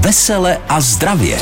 Vesele a zdravě.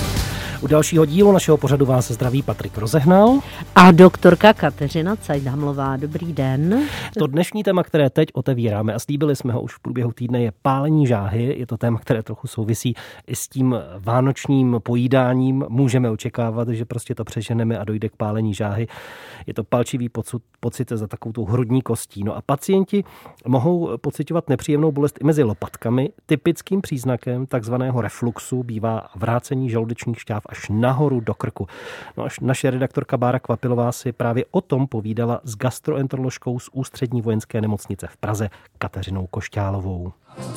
U dalšího dílu našeho pořadu vás zdraví Patrik Rozehnal a doktorka Kateřina Cajdhamlová. Dobrý den. To dnešní téma, které teď otevíráme a slíbili jsme ho už v průběhu týdne, je pálení žáhy. Je to téma, které trochu souvisí i s tím vánočním pojídáním. Můžeme očekávat, že prostě to přeženeme a dojde k pálení žáhy. Je to palčivý pocit za takovou tu hrudní kostí. No a pacienti mohou pociťovat nepříjemnou bolest i mezi lopatkami. Typickým příznakem takzvaného refluxu bývá vrácení žaludečních šťáv až nahoru do krku. No až naše redaktorka Bára Kvapilová si právě o tom povídala s gastroenteroložkou z Ústřední vojenské nemocnice v Praze Kateřinou Košťálovou.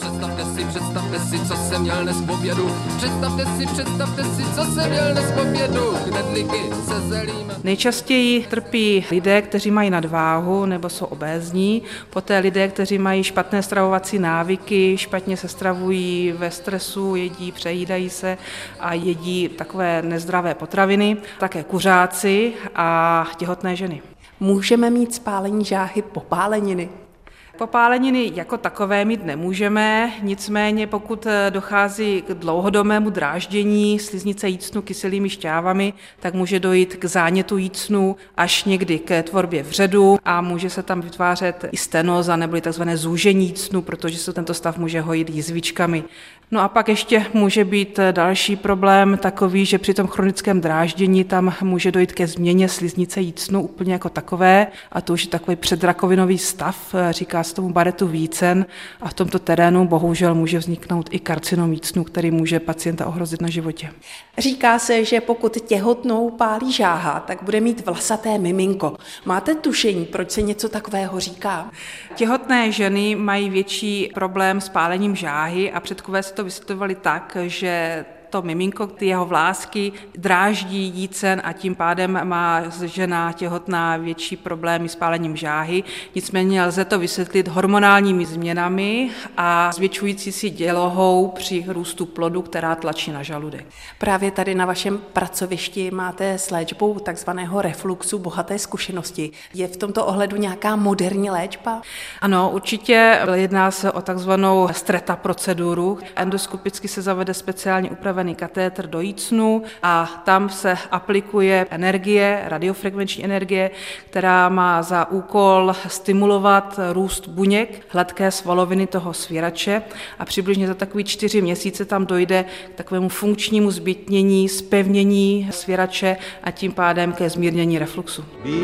Představte si, co jsem měl dnes v obědu. Představte si, co jsem měl dnes v obědu. Knedlíky se zelím. Nejčastěji trpí lidé, kteří mají nadváhu nebo jsou obézní, poté lidé, kteří mají špatné stravovací návyky, špatně se stravují ve stresu, jedí, přejídají se a jedí takové nezdravé potraviny, také kuřáci a těhotné ženy. Můžeme mít spálení žáhy popáleniny? Popáleniny jako takové mít nemůžeme, nicméně pokud dochází k dlouhodobému dráždění sliznice jícnu kyselými šťávami, tak může dojít k zánětu jícnu až někdy ke tvorbě vředu a může se tam vytvářet i stenóza neboli takzvané zúžení jícnu, protože se tento stav může hojit jizvičkami. No a pak ještě může být další problém takový, že při tom chronickém dráždění tam může dojít ke změně sliznice jícnu úplně jako takové a to už je takový předrakovinový stav, říká se tomu Barrettův jícen a v tomto terénu bohužel může vzniknout i karcinom jícnu, který může pacienta ohrozit na životě. Říká se, že pokud těhotnou pálí žáha, tak bude mít vlasaté miminko. Máte tušení, proč se něco takového říká? Těhotné ženy mají větší problém s pálením žáhy a předkové se to vysvětlovali tak, že to miminko, ty jeho vlásky dráždí jícen a tím pádem má žena těhotná větší problémy s pálením žáhy. Nicméně lze to vysvětlit hormonálními změnami a zvětšující si dělohou při růstu plodu, která tlačí na žaludek. Právě tady na vašem pracovišti máte s léčbou takzvaného refluxu bohaté zkušenosti. Je v tomto ohledu nějaká moderní léčba? Ano, určitě jedná se o takzvanou streta proceduru. Endoskopicky se zavede speciálně upravený katétr do jícnu a tam se aplikuje energie, radiofrekvenční energie, která má za úkol stimulovat růst buněk hladké svaloviny toho svěrače a přibližně za takový 4 měsíce tam dojde k takovému funkčnímu zbytnění, zpevnění svěrače a tím pádem ke zmírnění refluxu.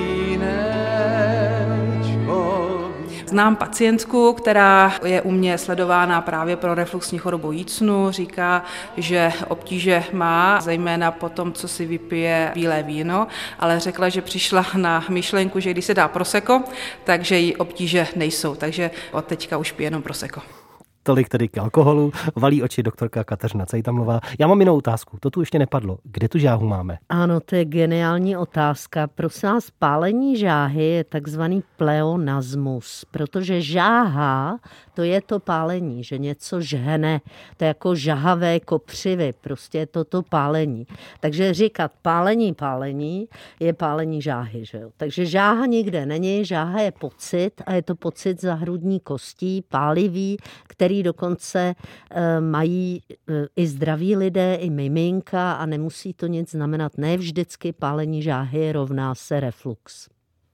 Znám pacientku, která je u mě sledována právě pro refluxní chorobu jícnu. Říká, že obtíže má, zejména po tom, co si vypije bílé víno, ale řekla, že přišla na myšlenku, že když se dá prosecco, takže jí obtíže nejsou. Takže od teďka už pije jenom prosecco. Tolik tedy k alkoholu, valí oči doktorka Kateřina Cajdhamlová. Já mám jinou otázku, to tu ještě nepadlo. Kde tu žáhu máme? Ano, to je geniální otázka. Prosím vás, pálení žáhy je takzvaný pleonasmus, protože žáha, to je to pálení, že něco žhne, to je jako žahavé kopřivy, prostě je to pálení. Takže říkat pálení je pálení žáhy, že jo? Takže žáha nikde není, žáha je pocit a je to pocit za hrudní kostí, pálivý, který dokonce mají i zdraví lidé, i miminka a nemusí to nic znamenat. Ne vždycky pálení žáhy rovná se reflux.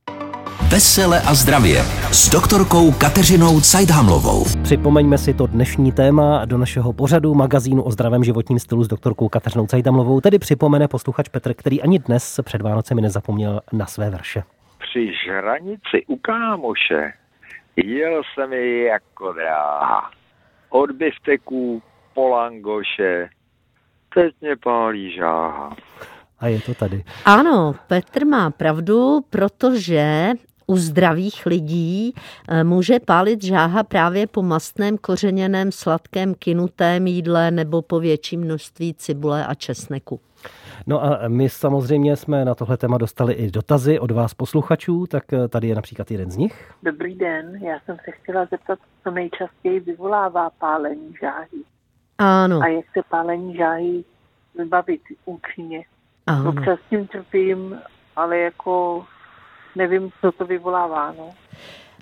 Vesele a zdravě s doktorkou Kateřinou Cajdhamlovou. Připomeňme si to dnešní téma do našeho pořadu magazínu o zdravém životním stylu s doktorkou Kateřinou Cajdhamlovou. Tedy připomene posluchač Petr, který ani dnes před Vánocemi nezapomněl na své verše. Při žranici u kámoše jel jsem ji jako dráha. Od bifteků po langoše, teď mě pálí žáha. A je to tady. Ano, Petr má pravdu, protože u zdravých lidí může pálit žáha právě po mastném, kořeněném, sladkém, kynutém jídle nebo po větším množství cibule a česneku. No a my samozřejmě jsme na tohle téma dostali i dotazy od vás posluchačů, tak tady je například jeden z nich. Dobrý den, já jsem se chtěla zeptat, co nejčastěji vyvolává pálení žáhy. Ano. A jak se pálení žáhy vybavit účinně. Ano. Občas tím trpím, ale jako nevím, co to vyvolává. No.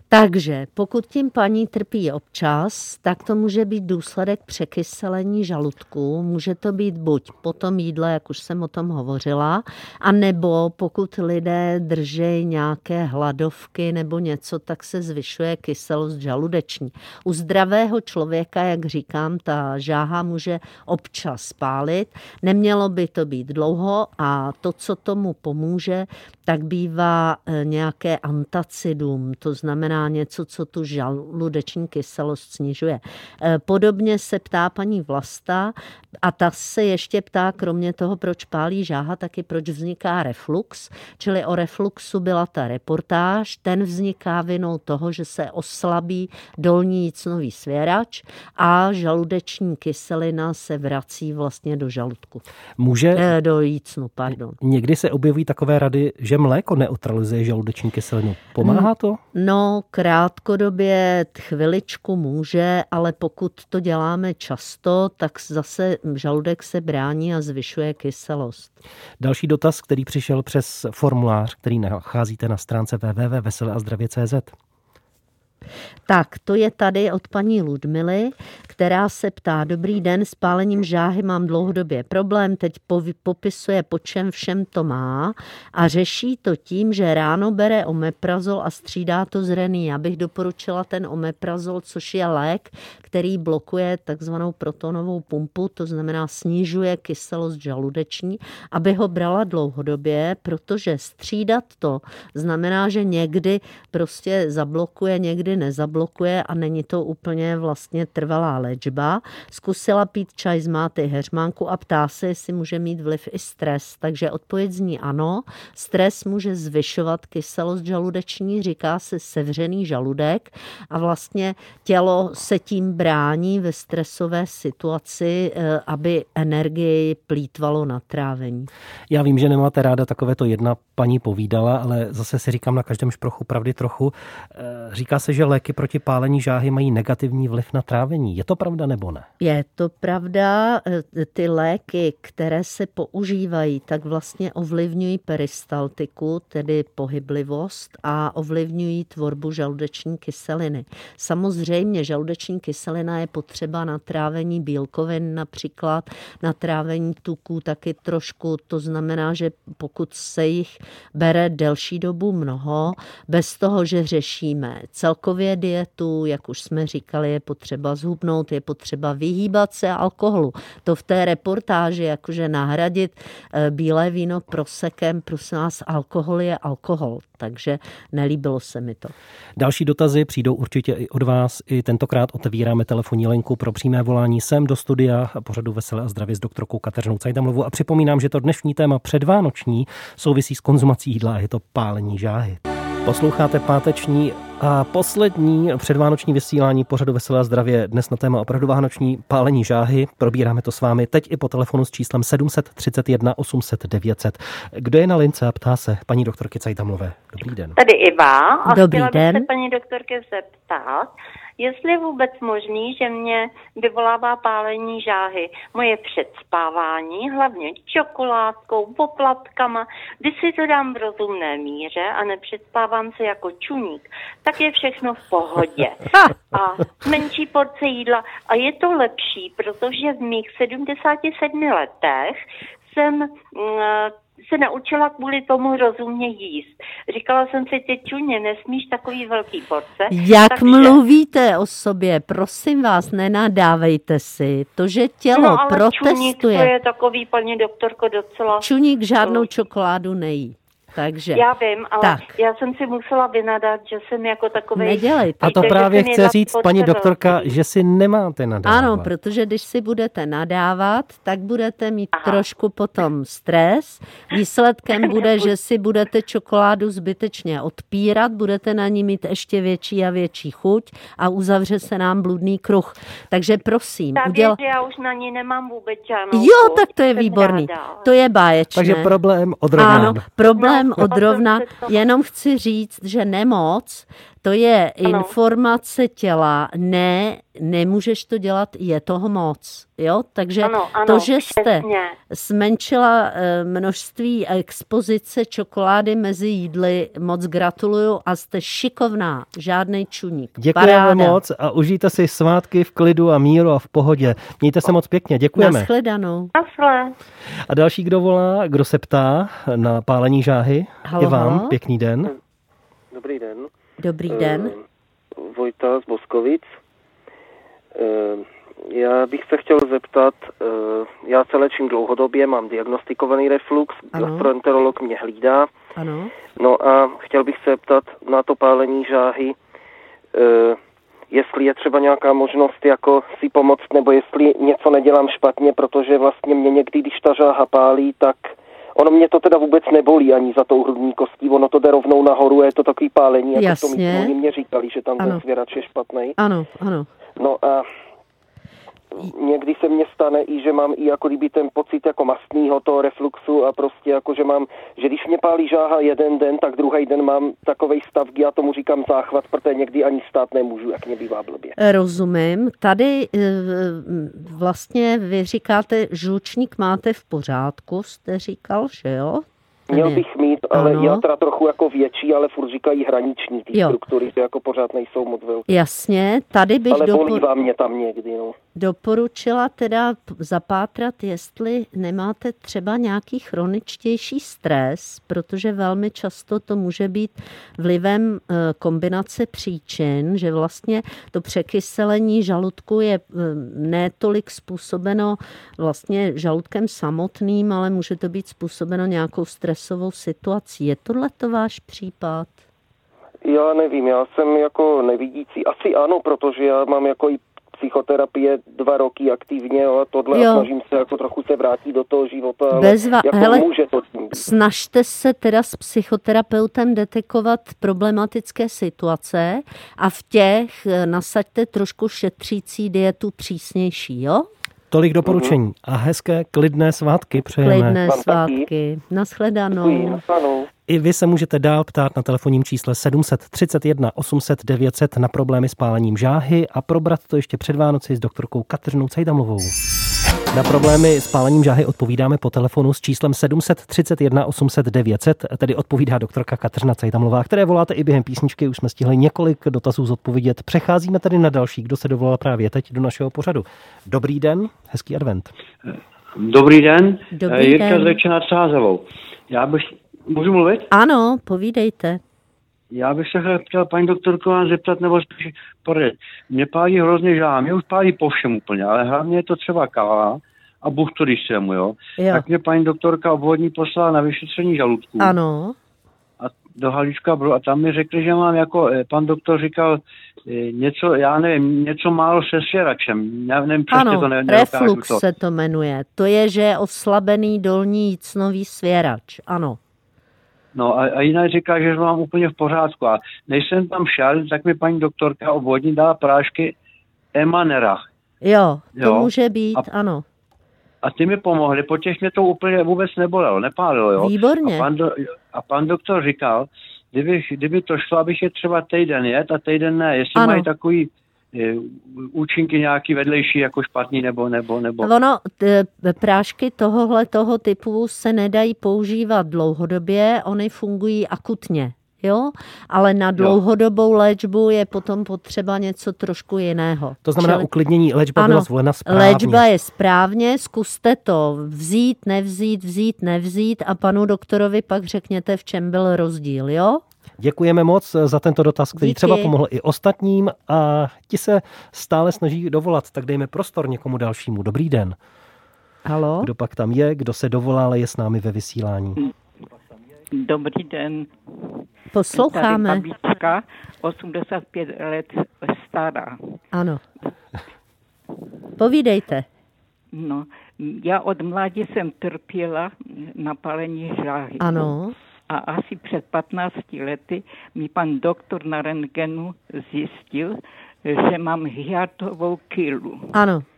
Takže pokud tím paní trpí občas, tak to může být důsledek překyselení žaludku. Může to být buď po tom jídle, jak už jsem o tom hovořila, anebo pokud lidé drží nějaké hladovky nebo něco, tak se zvyšuje kyselost žaludeční. U zdravého člověka, jak říkám, ta žáha může občas pálit. Nemělo by to být dlouho a to, co tomu pomůže, tak bývá nějaké antacidum, to znamená něco, co tu žaludeční kyselost snižuje. Podobně se ptá paní Vlasta a ta se ještě ptá, kromě toho, proč pálí žáha, taky proč vzniká reflux, čili o refluxu byla ta reportáž, ten vzniká vinou toho, že se oslabí dolní jícnový svěrač a žaludeční kyselina se vrací vlastně do žaludku. Do jícnu, pardon. Někdy se objeví takové rady, že mléko neutralizuje žaludeční kyselinu. Pomáhá to? No, krátkodobě chviličku může, ale pokud to děláme často, tak zase žaludek se brání a zvyšuje kyselost. Další dotaz, který přišel přes formulář, který nacházíte na stránce www.veseleazdravě.cz. Tak, to je tady od paní Ludmily, která se ptá: dobrý den, s pálením žáhy mám dlouhodobě problém, teď popisuje, po čem všem to má a řeší to tím, že ráno bere omeprazol a střídá to s Rení. Já bych doporučila ten omeprazol, což je lék, který blokuje takzvanou protonovou pumpu, to znamená snižuje kyselost žaludeční, aby ho brala dlouhodobě, protože střídat to znamená, že někdy prostě zablokuje, někdy nezablokuje a není to úplně vlastně trvalá léčba. Zkusila pít čaj z máty heřmánku a ptá se, jestli může mít vliv i stres. Takže odpověď zní ano. Stres může zvyšovat kyselost žaludeční, říká se sevřený žaludek a vlastně tělo se tím brání ve stresové situaci, aby energii plýtvalo na trávení. Já vím, že nemáte ráda takovéto, jedna paní povídala, ale zase si říkám, na každém šprochu pravdy trochu. Říká se, že léky proti pálení žáhy mají negativní vliv na trávení. Je to pravda nebo ne? Je to pravda. Ty léky, které se používají, tak vlastně ovlivňují peristaltiku, tedy pohyblivost, a ovlivňují tvorbu žaludeční kyseliny. Samozřejmě žaludeční kyselina je potřeba na trávení bílkovin, například na trávení tuků taky trošku. To znamená, že pokud se jich bere delší dobu mnoho, bez toho, že řešíme celkově dietu, jak už jsme říkali, je potřeba zhubnout, je potřeba vyhýbat se alkoholu. To v té reportáži, jakože nahradit bílé víno prosekem, prosím vás, alkohol je alkohol, takže nelíbilo se mi to. Další dotazy přijdou určitě i od vás. I tentokrát otevíráme telefonní linku pro přímé volání sem do studia a pořadu Veselé a zdravě s doktorkou Kateřinou Cajdamlovou. A připomínám, že to dnešní téma předvánoční souvisí s konzumací jídla a je to pálení žáhy. Posloucháte páteční a poslední předvánoční vysílání pořadu Veselé a zdravě dnes na téma opravdu vánoční pálení žáhy. Probíráme to s vámi teď i po telefonu s číslem 731 800 900. Kdo je na lince a ptá se paní doktorky Cajdamlové. Dobrý den. Tady Iva. A Dobrý den. chtěla bych se paní doktorky zeptat, jestli je vůbec možný, že mě vyvolává pálení žáhy moje předspávání, hlavně čokoládkou, poplatkama, když si to dám v rozumné míře a nepředspávám se jako čuník, tak je všechno v pohodě. A menší porce jídla. A je to lepší, protože v mých 77 letech jsem se naučila kvůli tomu rozumně jíst. Říkala jsem si, ty čuně, nesmíš takový velký porce. Jak mluvíte o sobě? Prosím vás, nenadávejte si. To, že tělo ale protestuje. Čuník, to je takový, paní doktorko, docela... Čuník žádnou čokoládu nejí. Takže, já vím, ale tak. Já jsem si musela vynadat, že jsem jako takovej... Nedělejte. A to právě chce říct, paní doktorka, že si nemáte nadávat. Ano, protože když si budete nadávat, tak budete mít trošku potom stres. Výsledkem bude, že si budete čokoládu zbytečně odpírat, budete na ní mít ještě větší a větší chuť a uzavře se nám bludný kruh. Takže prosím. že já už na ní nemám vůbec žádnou. Jo, tak to je výborný. To je báječné. Takže problém odrovnán. Ano, problém odrovna. Jenom chci říct, že nemoc, To je informace těla, nemůžeš to dělat, je toho moc. Jo? Takže to, že jste zmenšila množství expozice čokolády mezi jídly, moc gratuluju a jste šikovná, žádnej čuník. Děkujeme moc a užijte si svátky v klidu a míru a v pohodě. Mějte se moc pěkně, děkujeme. Nashledanou. A další, kdo volá, kdo se ptá na pálení žáhy, je vám. Pěkný den. Dobrý den. Dobrý den. Vojta z Boskovic. Já bych se chtěl zeptat, já se léčím dlouhodobě, mám diagnostikovaný reflux, gastroenterolog mě hlídá. Ano. No a chtěl bych se zeptat na to pálení žáhy, jestli je třeba nějaká možnost jako si pomoct, nebo jestli něco nedělám špatně, protože vlastně mě někdy, když ta žáha pálí, tak ono mě to teda vůbec nebolí ani za tou hrudní kostí, ono to jde rovnou nahoru a je to takový pálení, jako to oni mě říkali, že tam ten svěrač je špatný. Ano. No a někdy se mně stane i, že mám i jako kdyby ten pocit jako mastného toho refluxu a prostě jako, že mám, že když mě pálí žáha jeden den, tak druhý den mám takovej stav, já tomu říkám záchvat, protože někdy ani stát nemůžu, jak mě bývá blbě. Rozumím. Tady vlastně vy říkáte, žlučník máte v pořádku, jste říkal, že jo? Měl bych mít, ale já teda trochu jako větší, ale furt říkají hraniční ty struktury, že jako pořád nejsou moc velké. Jasně, tady bych ale bolívá mě tam někdy, doporučila teda zapátrat, jestli nemáte třeba nějaký chroničtější stres, protože velmi často to může být vlivem kombinace příčin, že vlastně to překyselení žaludku je ne tolik způsobeno vlastně žaludkem samotným, ale může to být způsobeno nějakou stresovou situací. Je tohleto váš případ? Já nevím, já jsem jako nevidící. Asi ano, protože já mám jako i psychoterapie 2 roky aktivně a tohle a snažím se jako trochu se vrátit do toho života, ale jako může to tím být. Snažte se teda s psychoterapeutem detekovat problematické situace a v těch nasaďte trošku šetřící dietu přísnější, jo? Tolik doporučení a hezké klidné svátky přejeme. Klidné svátky. Nashledanou. I vy se můžete dál ptát na telefonním čísle 731 800 900 na problémy s pálením žáhy a probrat to ještě před Vánoci s doktorkou Kateřinou Cajdhamlovou. Na problémy s pálením žáhy odpovídáme po telefonu s číslem 731 800 900, tedy odpovídá doktorka Kateřina Cajdhamlová, které voláte i během písničky, už jsme stihli několik dotazů zodpovědět. Přecházíme tedy na další, kdo se dovolal právě teď do našeho pořadu. Dobrý den, hezký advent. Dobrý den, Jirka Zleča nad Sázavou. Můžu mluvit? Ano, povídejte. Já bych se chtěl paní doktorku vám zeptat, nebo spíš poradit. Mě pálí hrozně žáha, mě už pálí po všem úplně, ale hlavně je to třeba káva a buchtu, když jsem, jo. Tak mě paní doktorka obvodní poslala na vyšetření žaludku. Ano. A do Halíčka Brodu a tam mi řekli, že mám jako, pan doktor říkal, něco, já nevím, něco málo se svěračem. Já nevím, přesně to reflux se to jmenuje. To je, že je oslabený dolní jícnový svěrač, ano. No a jinak říká, že mám úplně v pořádku. A než jsem tam šel, tak mi paní doktorka obvodní dala prášky Emanera. Jo, to může být, ano. A ty mi pomohly, po těch mě to úplně vůbec nebolelo, nepálilo, jo. Výborně. A pan doktor říkal, kdyby to šlo, abych je třeba týden jet a týden ne, jestli mají takový účinky nějaký vedlejší, jako špatný nebo. Ono, prášky toho typu se nedají používat dlouhodobě, ony fungují akutně, jo? Ale na dlouhodobou léčbu je potom potřeba něco trošku jiného. To znamená uklidnění, léčba byla zvolena správně. Léčba je správně, zkuste to vzít, nevzít a panu doktorovi pak řekněte, v čem byl rozdíl, jo? Děkujeme moc za tento dotaz, který třeba pomohl i ostatním a ti se stále snaží dovolat, tak dejme prostor někomu dalšímu. Dobrý den. Haló? Kdo pak tam je, kdo se dovolá, ale je s námi ve vysílání. Dobrý den. Posloucháme. Tady babička, 85 let stará. Ano. Povídejte. No, já od mládí jsem trpěla na pálení žáhy. Ano. A asi před 15 lety mi pan doktor na rentgenu zjistil, že mám hiatovou kylu. Ano.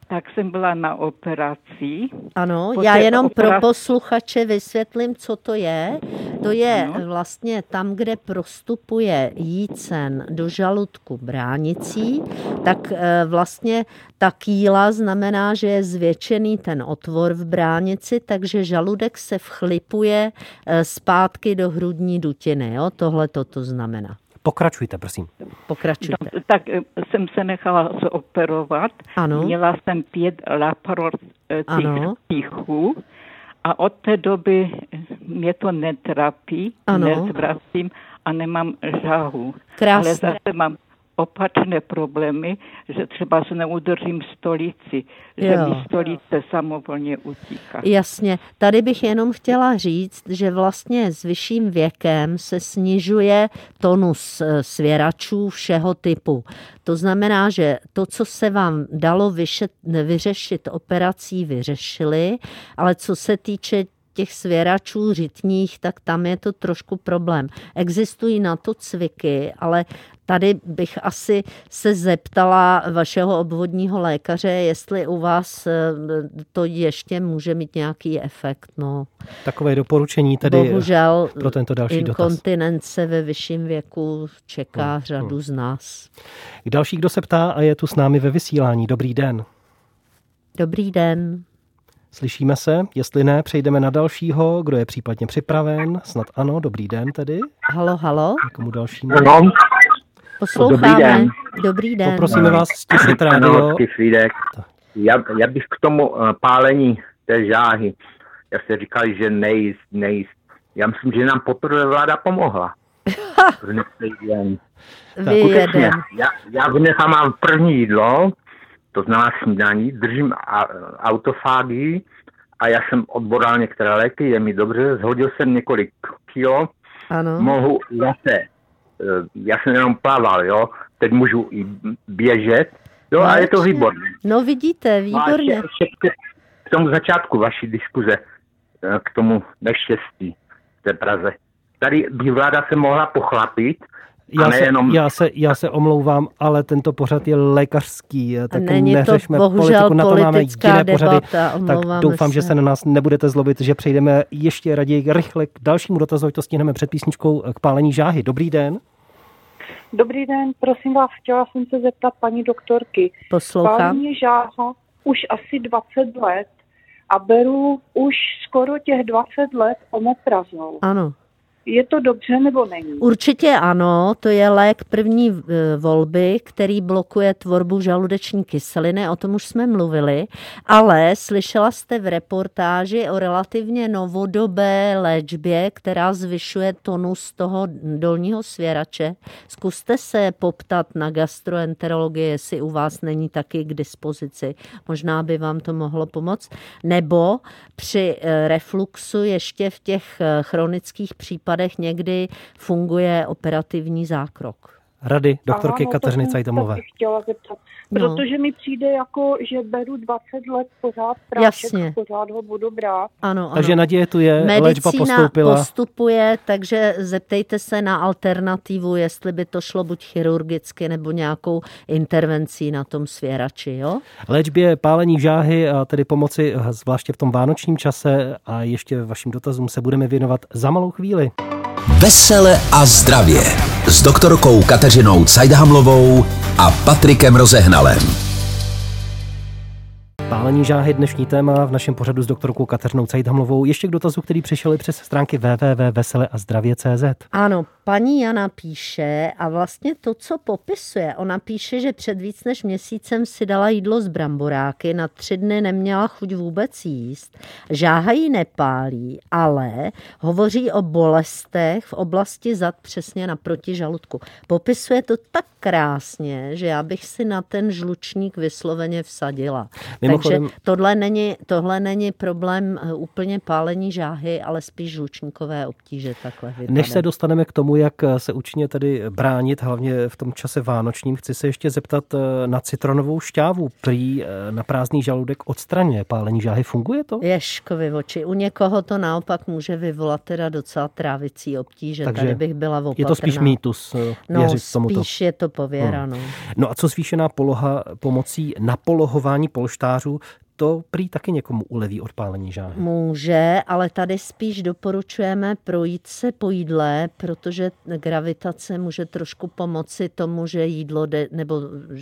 tak jsem byla na operaci. Ano, já jenom pro posluchače vysvětlím, co to je. To je vlastně tam, kde prostupuje jícen do žaludku bránicí, tak vlastně ta kýla znamená, že je zvětšený ten otvor v bránici, takže žaludek se vchlipuje zpátky do hrudní dutiny. Jo? Tohle to znamená. Pokračujte, prosím. Pokračujte. No, tak jsem se nechala zoperovat. Ano. Měla jsem 5 laparoscopů a od té doby mě to netrápí, nezvracím a nemám žáhu. Krásné. Ale zase mám opačné problémy, že třeba se neudržím stolici, že mi stolice samovolně utíká. Jasně, tady bych jenom chtěla říct, že vlastně s vyšším věkem se snižuje tonus svěračů všeho typu. To znamená, že to, co se vám dalo vyřešit operací, vyřešili, ale co se týče těch svěračů řitních, tak tam je to trošku problém. Existují na to cviky, ale tady bych asi se zeptala vašeho obvodního lékaře, jestli u vás to ještě může mít nějaký efekt. No. Takové doporučení tedy bohužel pro tento další dotaz. Inkontinence ve vyšším věku čeká řadu z nás. Další, kdo se ptá a je tu s námi ve vysílání. Dobrý den. Dobrý den. Slyšíme se? Jestli ne, přejdeme na dalšího. Kdo je případně připraven? Snad ano, dobrý den tedy. Halo. Někomu dalšímu? No. Posloucháme. Dobrý den. Poprosíme vás stišit rádio. Já bych k tomu pálení té žáhy. Jak jste říkali, že nejíst. Já myslím, že nám poprvé vláda pomohla. Skutečně, já v dnech mám první jídlo, to znamená snídaní, držím autofágii a já jsem odboral některé léky, je mi dobře, zhodil jsem několik kilo, ano. Mohu zase, já jsem jenom plaval, jo, teď můžu i běžet, jo, a je to výborné. No vidíte, výborně. No k tomu začátku vaší diskuze, k tomu neštěstí v té Praze. Tady by vláda se mohla pochlapit. Já se omlouvám, ale tento pořad je lékařský, tak neřešme bohužel politiku, na to máme jiné pořady, tak doufám, se. Že se na nás nebudete zlobit, že přejdeme ještě raději rychle k dalšímu dotazu, to stihneme před písničkou k pálení žáhy. Dobrý den. Dobrý den, prosím vás, chtěla jsem se zeptat paní doktorky. Poslouchám. Pálení žáha už asi 20 let a beru už skoro těch 20 let omeprazol. Ano. Je to dobře nebo není? Určitě ano, to je lék první volby, který blokuje tvorbu žaludeční kyseliny, o tom už jsme mluvili, ale slyšela jste v reportáži o relativně novodobé léčbě, která zvyšuje tonus toho dolního svěrače. Zkuste se poptat na gastroenterologii, jestli u vás není taky k dispozici. Možná by vám to mohlo pomoct. Nebo při refluxu ještě v těch chronických případech někdy funguje operativní zákrok. Rady doktorky Kateřiny Cajthamlové. To bych chtěla zeptat, protože mi přijde jako, že beru 20 let pořád prášek, pořád ho budu brát. Ano. Takže naděje tu je, léčba postoupila. Medicína postupuje, takže zeptejte se na alternativu, jestli by to šlo buď chirurgicky nebo nějakou intervencí na tom svěrači. Jo? Léčbě pálení žáhy a tedy pomoci zvláště v tom vánočním čase a ještě vašim dotazům se budeme věnovat za malou chvíli. Vesele a zdravě s doktorkou Kateřinou Cajthamlovou a Patrikem Rozehnalem. Pálení žáhy, dnešní téma v našem pořadu s doktorkou Kateřinou Cajthamlovou. Ještě k dotazu, který přišel i přes stránky www.veseleazdravě.cz. Ano, paní Jana píše a vlastně to, co popisuje, ona píše, že před víc než měsícem si dala jídlo z bramboráky, na 3 dny neměla chuť vůbec jíst. Žáha jí nepálí, ale hovoří o bolestech v oblasti zad přesně naproti žaludku. Popisuje to tak krásně, že já bych si na ten žlučník vysloveně vsadila. Takže tohle není problém úplně pálení žáhy, ale spíš žlučníkové obtíže takhle vypadá. Než se dostaneme k tomu, jak se účinně tady bránit, hlavně v tom čase vánočním, chci se ještě zeptat na citronovou šťávu. Prý na prázdný žaludek odstraňuje pálení žáhy. Funguje to? Ježkovi oči. U někoho to naopak může vyvolat teda docela trávicí obtíže. Takže tady bych byla opatrná. Je to spíš mýtus věřit tomuto? Spíš je to pověra. No a co zvýšená poloha pomocí napolohování polštářů cukru, to prý taky někomu uleví od pálení žáhy. Může, ale tady spíš doporučujeme projít se po jídle, protože gravitace může trošku pomoci tomu, že jídlo nebo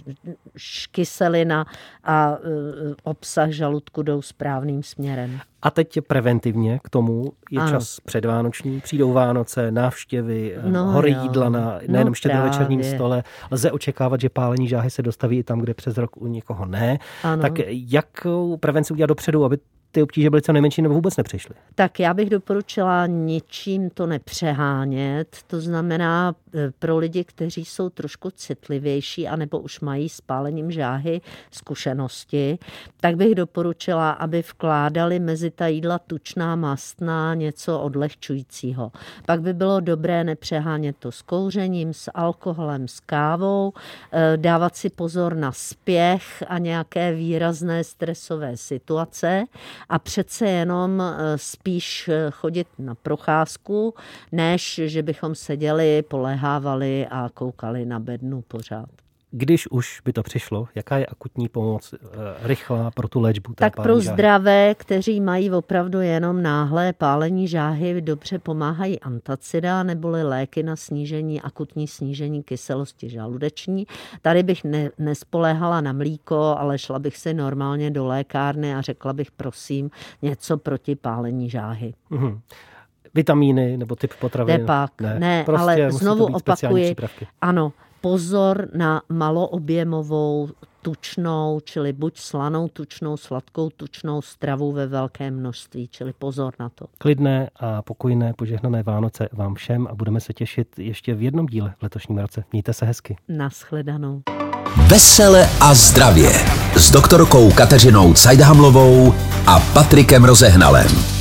kyselina a obsah žaludku jdou správným směrem. A teď preventivně k tomu je čas předvánoční, přijdou Vánoce, návštěvy, hory jídla na nejenom štědrovečerním stole. Lze očekávat, že pálení žáhy se dostaví i tam, kde přes rok u někoho ne. Ano. Tak jakou prevenci udělat dopředu, aby ty obtíže byly co nejmenší nebo vůbec nepřišly? Tak já bych doporučila ničím to nepřehánět. To znamená pro lidi, kteří jsou trošku citlivější anebo už mají s pálením žáhy zkušenosti, tak bych doporučila, aby vkládali mezi ta jídla tučná, mastná, něco odlehčujícího. Pak by bylo dobré nepřehánět to s kouřením, s alkoholem, s kávou, dávat si pozor na spěch a nějaké výrazné stresové situace a přece jenom spíš chodit na procházku, než že bychom seděli, poléhávali a koukali na bednu pořád. Když už by to přišlo, jaká je akutní pomoc rychlá pro tu léčbu? Tak pro zdravé, kteří mají opravdu jenom náhlé pálení žáhy, dobře pomáhají antacida neboli léky na akutní snížení kyselosti žaludeční. Tady bych nespoléhala na mlíko, ale šla bych si normálně do lékárny a řekla bych prosím něco proti pálení žáhy. Mhm. Vitamíny nebo typ potravin? Nepak, ne prostě ale znovu opakuji, ano, pozor na maloobjemovou tučnou, čili buď slanou tučnou, sladkou tučnou stravu ve velkém množství, čili pozor na to. Klidné a pokojné požehnané Vánoce vám všem a budeme se těšit ještě v jednom díle v letošním roce. Mějte se hezky. Nashledanou. Vesele a zdravě s doktorkou Kateřinou Cajdahamlovou a Patrikem Rozehnalem.